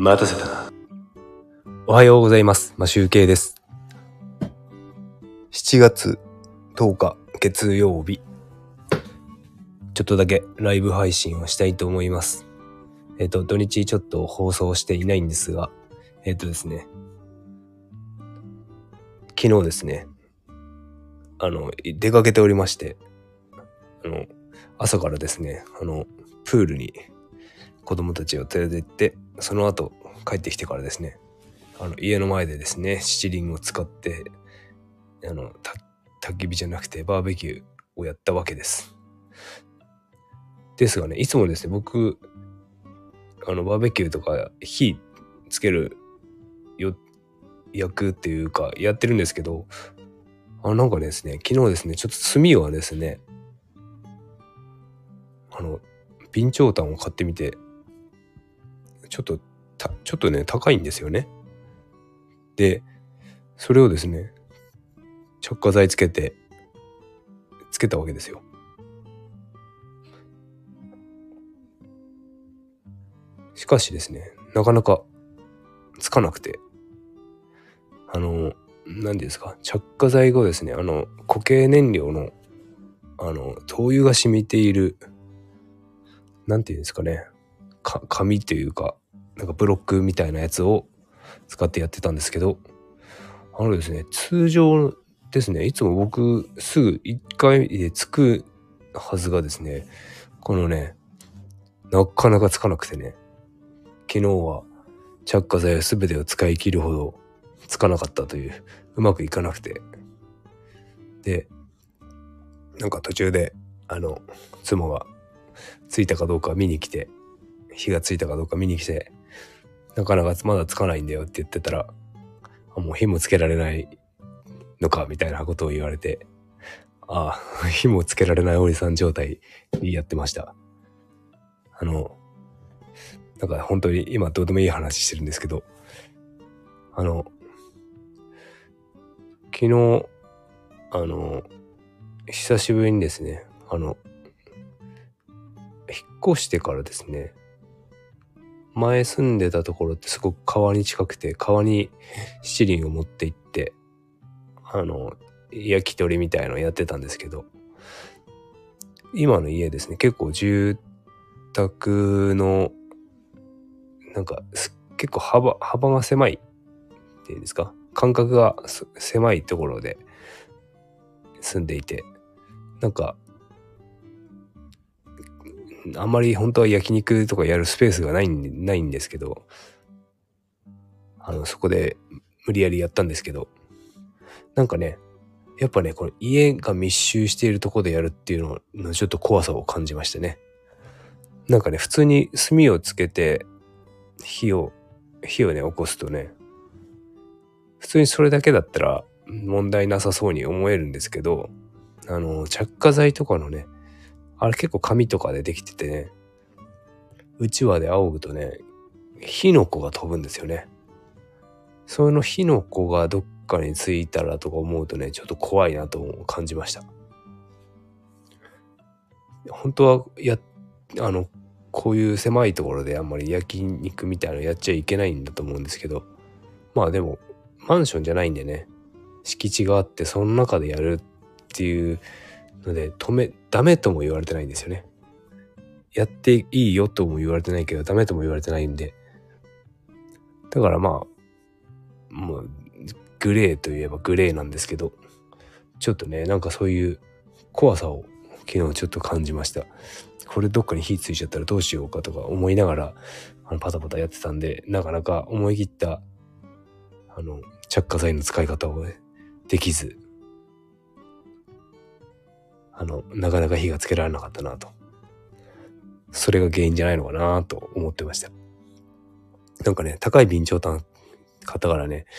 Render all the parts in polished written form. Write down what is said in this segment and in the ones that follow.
待たせたな。おはようございます。集計です。7月10日月曜日。ちょっとだけライブ配信をしたいと思います。土日ちょっと放送していないんですが、ですね、昨日ですね、出かけておりまして、朝からですね、プールに子供たちを連れて行って、その後帰ってきてからですね、家の前でですね、七輪を使って、焚き火じゃなくてバーベキューをやったわけです。ですがね、いつもですね、僕、バーベキューとか火つける焼くっていうかやってるんですけど、なんかですね、昨日ですね、ちょっと炭はですね、備長炭を買ってみて、ちょっとね、高いんですよね。で、それをですね、着火剤つけたわけですよ。しかしですね、なかなかつかなくて、何ですか、着火剤後ですね、固形燃料の、灯油が染みている、なんていうんですかね、紙というか、なんかブロックみたいなやつを使ってやってたんですけど、ですね、通常ですね、いつも僕すぐ1回でつくはずがですね、このね、なかなかつかなくてね、昨日は着火剤全てを使い切るほどつかなかったという、うまくいかなくて、で、なんか途中で妻がついたかどうか見に来て、火がついたかどうか見に来て、なかなかまだつかないんだよって言ってたら、もう火もつけられないのかみたいなことを言われて、火もつけられないおじさん状態にやってました。なんか本当に今どうでもいい話してるんですけど、昨日久しぶりにですね、引っ越してからですね、前住んでたところってすごく川に近くて、川に七輪を持って行って、焼き鳥みたいのをやってたんですけど、今の家ですね、結構住宅のなんか結構幅が狭いっていうんですか、間隔が狭いところで住んでいて、なんかあんまり本当は焼肉とかやるスペースがないんですけど、そこで無理やりやったんですけど、なんかね、やっぱね、この家が密集しているところでやるっていうののちょっと怖さを感じましたね。なんかね、普通に炭をつけて火をね起こすとね、普通にそれだけだったら問題なさそうに思えるんですけど、着火剤とかのね、あれ結構紙とかでできててね、うちわで仰ぐとね、火の粉が飛ぶんですよね。その火の粉がどっかについたらとか思うとね、ちょっと怖いなと感じました。本当はこういう狭いところであんまり焼肉みたいなのやっちゃいけないんだと思うんですけど、まあでもマンションじゃないんでね、敷地があってその中でやるっていうのでダメとも言われてないんですよね。やっていいよとも言われてないけどダメとも言われてないんで、だからまあもうグレーといえばグレーなんですけど、ちょっとね、なんかそういう怖さを昨日ちょっと感じました。これどっかに火ついちゃったらどうしようかとか思いながらパタパタやってたんで、なかなか思い切った着火剤の使い方をねできず、なかなか火がつけられなかったなと、それが原因じゃないのかなと思ってました。なんかね、高い備長炭買ったからね、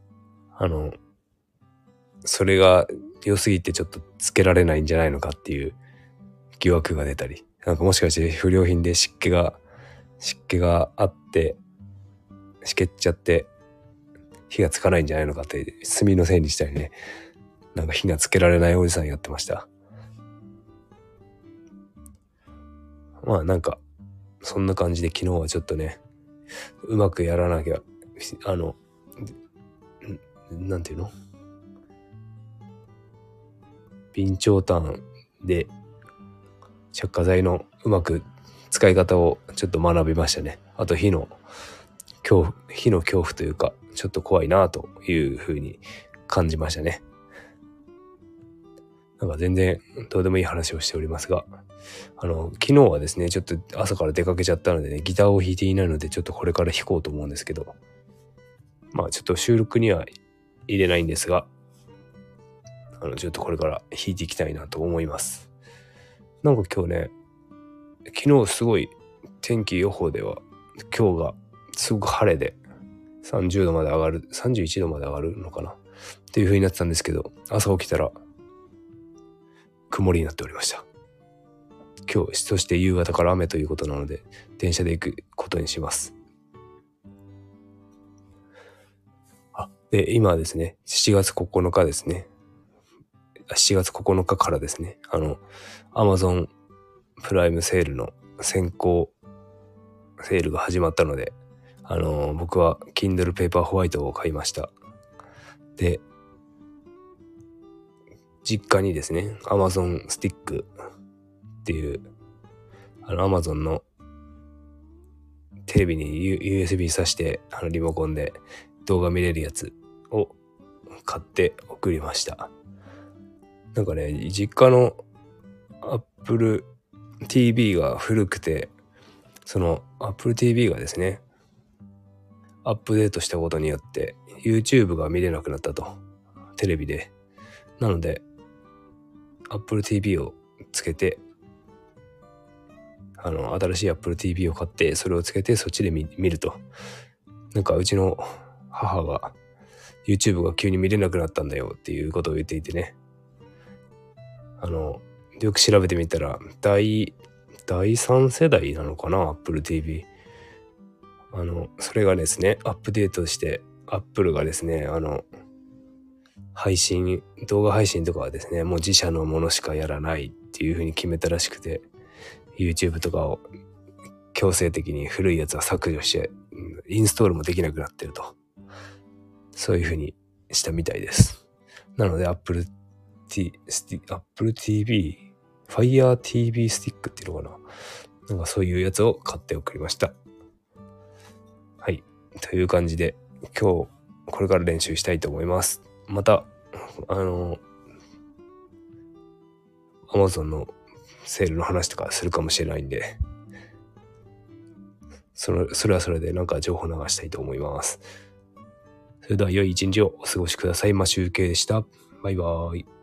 それが良すぎてちょっとつけられないんじゃないのかっていう疑惑が出たり、なんかもしかして不良品で湿気があってしけっちゃって火がつかないんじゃないのかって炭のせいにしたりね、なんか火がつけられないおじさんやってました。まあなんかそんな感じで昨日はちょっとね、 うまくやらなきゃ、なんていうの？備長炭で着火剤のうまく使い方をちょっと学びましたね。あと火の恐怖というか、ちょっと怖いなというふうに感じましたね。なんか全然どうでもいい話をしておりますが、昨日はですね、ちょっと朝から出かけちゃったのでね、ギターを弾いていないので、ちょっとこれから弾こうと思うんですけど、まあちょっと収録には入れないんですが、ちょっとこれから弾いていきたいなと思います。なんか今日ね、昨日すごい天気予報では、今日がすごく晴れで30度まで上がる、31度まで上がるのかなっていう風になってたんですけど、朝起きたら曇りになっておりました。今日、そして夕方から雨ということなので、電車で行くことにします。で、今はですね、7月9日ですね。7月9日からですね、Amazon プライムセールの先行セールが始まったので、僕は Kindle Paperwhite を買いました。で、実家にですね、Amazon Stick っていう、Amazon のテレビに USB 挿して、リモコンで動画見れるやつを買って送りました。なんかね、実家の Apple TV が古くて、その Apple TV がですね、アップデートしたことによって YouTube が見れなくなったと。テレビで。なので、Apple TV をつけて、新しい Apple TV を買って、それをつけてそっちで見ると。なんかうちの母が YouTube が急に見れなくなったんだよっていうことを言っていてね。よく調べてみたら、第3世代なのかな、Apple TV。それがですね、アップデートして、Apple がですね、動画配信とかはですね、もう自社のものしかやらないっていう風に決めたらしくて、YouTube とかを強制的に古いやつは削除して、インストールもできなくなってると。そういう風にしたみたいです。なので Apple TV、Fire TV スティックっていうのかな。なんかそういうやつを買って送りました。はい。という感じで、今日これから練習したいと思います。また、Amazon のセールの話とかするかもしれないんで、それはそれでなんか情報流したいと思います。それでは良い一日をお過ごしください。マシュウケイでした。バイバーイ。